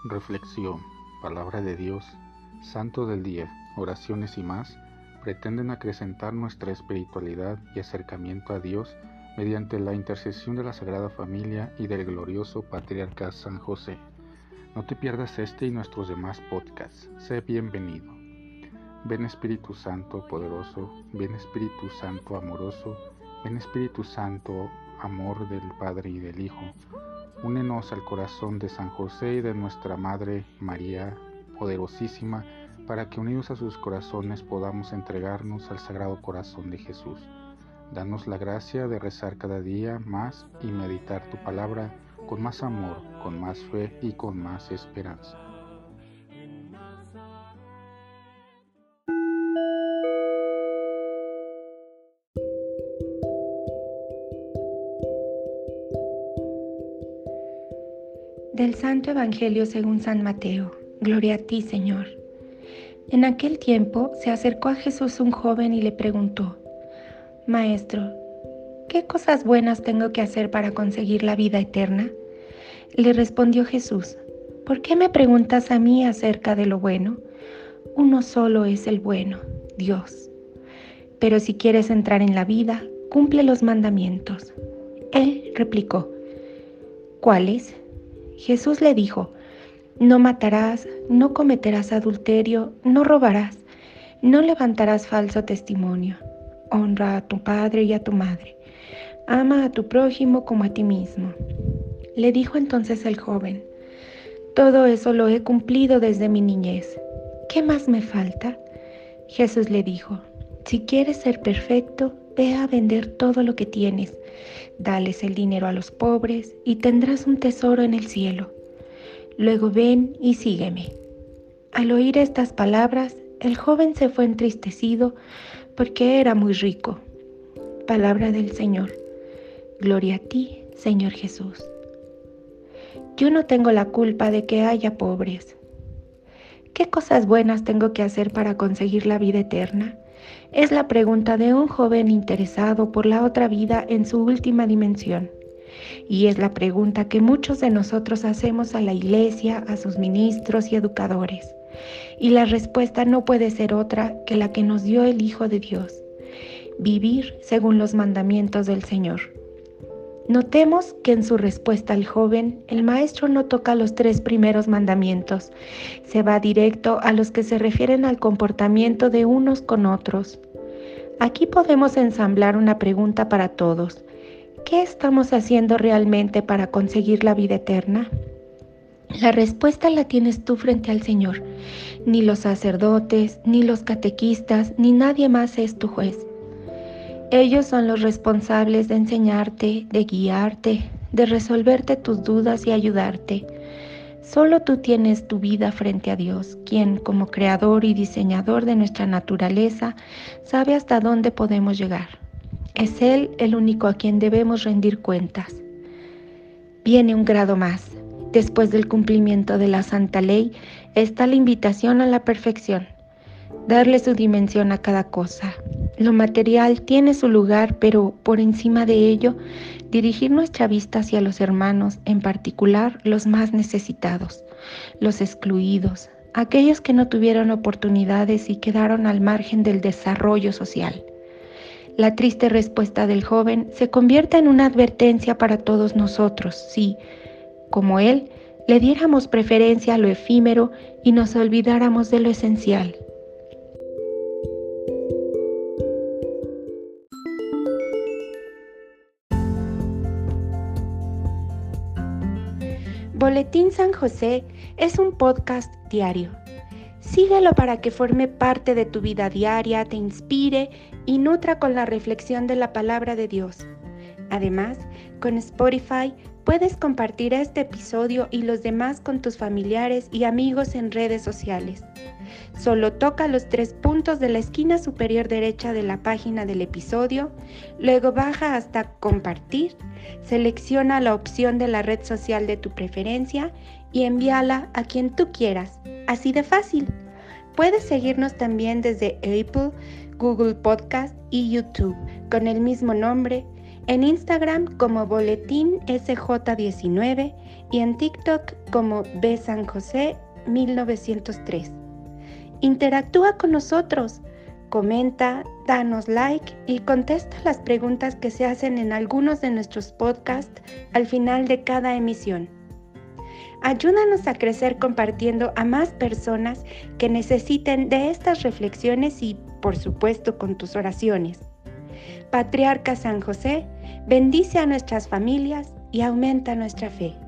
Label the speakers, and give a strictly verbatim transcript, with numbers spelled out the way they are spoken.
Speaker 1: Reflexión, palabra de Dios, santo del día, oraciones y más, pretenden acrecentar nuestra espiritualidad y acercamiento a Dios mediante la intercesión de la Sagrada Familia y del glorioso Patriarca San José. No te pierdas este y nuestros demás podcasts. Sé bienvenido. Ven Espíritu Santo poderoso, ven Espíritu Santo amoroso, ven Espíritu Santo, amor del Padre y del Hijo. Únenos al corazón de San José y de nuestra Madre María, poderosísima, para que unidos a sus corazones podamos entregarnos al Sagrado Corazón de Jesús. Danos la gracia de rezar cada día más y meditar tu palabra con más amor, con más fe y con más esperanza.
Speaker 2: Del Santo Evangelio según San Mateo. Gloria a ti, Señor. En aquel tiempo se acercó a Jesús un joven y le preguntó: Maestro, ¿qué cosas buenas tengo que hacer para conseguir la vida eterna? Le respondió Jesús: ¿Por qué me preguntas a mí acerca de lo bueno? Uno solo es el bueno, Dios. Pero si quieres entrar en la vida, cumple los mandamientos. Él replicó: ¿Cuáles? Jesús le dijo: No matarás, no cometerás adulterio, no robarás, no levantarás falso testimonio. Honra a tu padre y a tu madre. Ama a tu prójimo como a ti mismo. Le dijo entonces el joven: Todo eso lo he cumplido desde mi niñez. ¿Qué más me falta? Jesús le dijo: Si quieres ser perfecto, ve a vender todo lo que tienes. Dales el dinero a los pobres y tendrás un tesoro en el cielo. Luego ven y sígueme. Al oír estas palabras, el joven se fue entristecido porque era muy rico. Palabra del Señor. Gloria a ti, Señor Jesús. Yo no tengo la culpa de que haya pobres. ¿Qué cosas buenas tengo que hacer para conseguir la vida eterna? Es la pregunta de un joven interesado por la otra vida en su última dimensión. Y es la pregunta que muchos de nosotros hacemos a la Iglesia, a sus ministros y educadores. Y la respuesta no puede ser otra que la que nos dio el Hijo de Dios: vivir según los mandamientos del Señor. Notemos que en su respuesta al joven, el maestro no toca los tres primeros mandamientos, se va directo a los que se refieren al comportamiento de unos con otros. Aquí podemos ensamblar una pregunta para todos: ¿qué estamos haciendo realmente para conseguir la vida eterna? La respuesta la tienes tú frente al Señor. Ni los sacerdotes, ni los catequistas, ni nadie más es tu juez. Ellos son los responsables de enseñarte, de guiarte, de resolverte tus dudas y ayudarte. Solo tú tienes tu vida frente a Dios, quien, como creador y diseñador de nuestra naturaleza, sabe hasta dónde podemos llegar. Es Él el único a quien debemos rendir cuentas. Viene un grado más. Después del cumplimiento de la Santa Ley, está la invitación a la perfección. Darle su dimensión a cada cosa. Lo material tiene su lugar, pero por encima de ello, dirigir nuestra vista hacia los hermanos, en particular los más necesitados, los excluidos, aquellos que no tuvieron oportunidades y quedaron al margen del desarrollo social. La triste respuesta del joven se convierte en una advertencia para todos nosotros, si, como él, le diéramos preferencia a lo efímero y nos olvidáramos de lo esencial. Boletín San José es un podcast diario. Síguelo para que forme parte de tu vida diaria, te inspire y nutra con la reflexión de la palabra de Dios. Además, con Spotify puedes compartir este episodio y los demás con tus familiares y amigos en redes sociales. Solo toca los tres puntos de la esquina superior derecha de la página del episodio, luego baja hasta compartir, selecciona la opción de la red social de tu preferencia y envíala a quien tú quieras. Así de fácil. Puedes seguirnos también desde Apple, Google Podcast y YouTube con el mismo nombre. en Instagram como Boletín S J diecinueve y en TikTok como B San José mil novecientos tres. Interactúa con nosotros, comenta, danos like y contesta las preguntas que se hacen en algunos de nuestros podcasts al final de cada emisión. Ayúdanos a crecer compartiendo a más personas que necesiten de estas reflexiones y, por supuesto, con tus oraciones. Patriarca San José, bendice a nuestras familias y aumenta nuestra fe.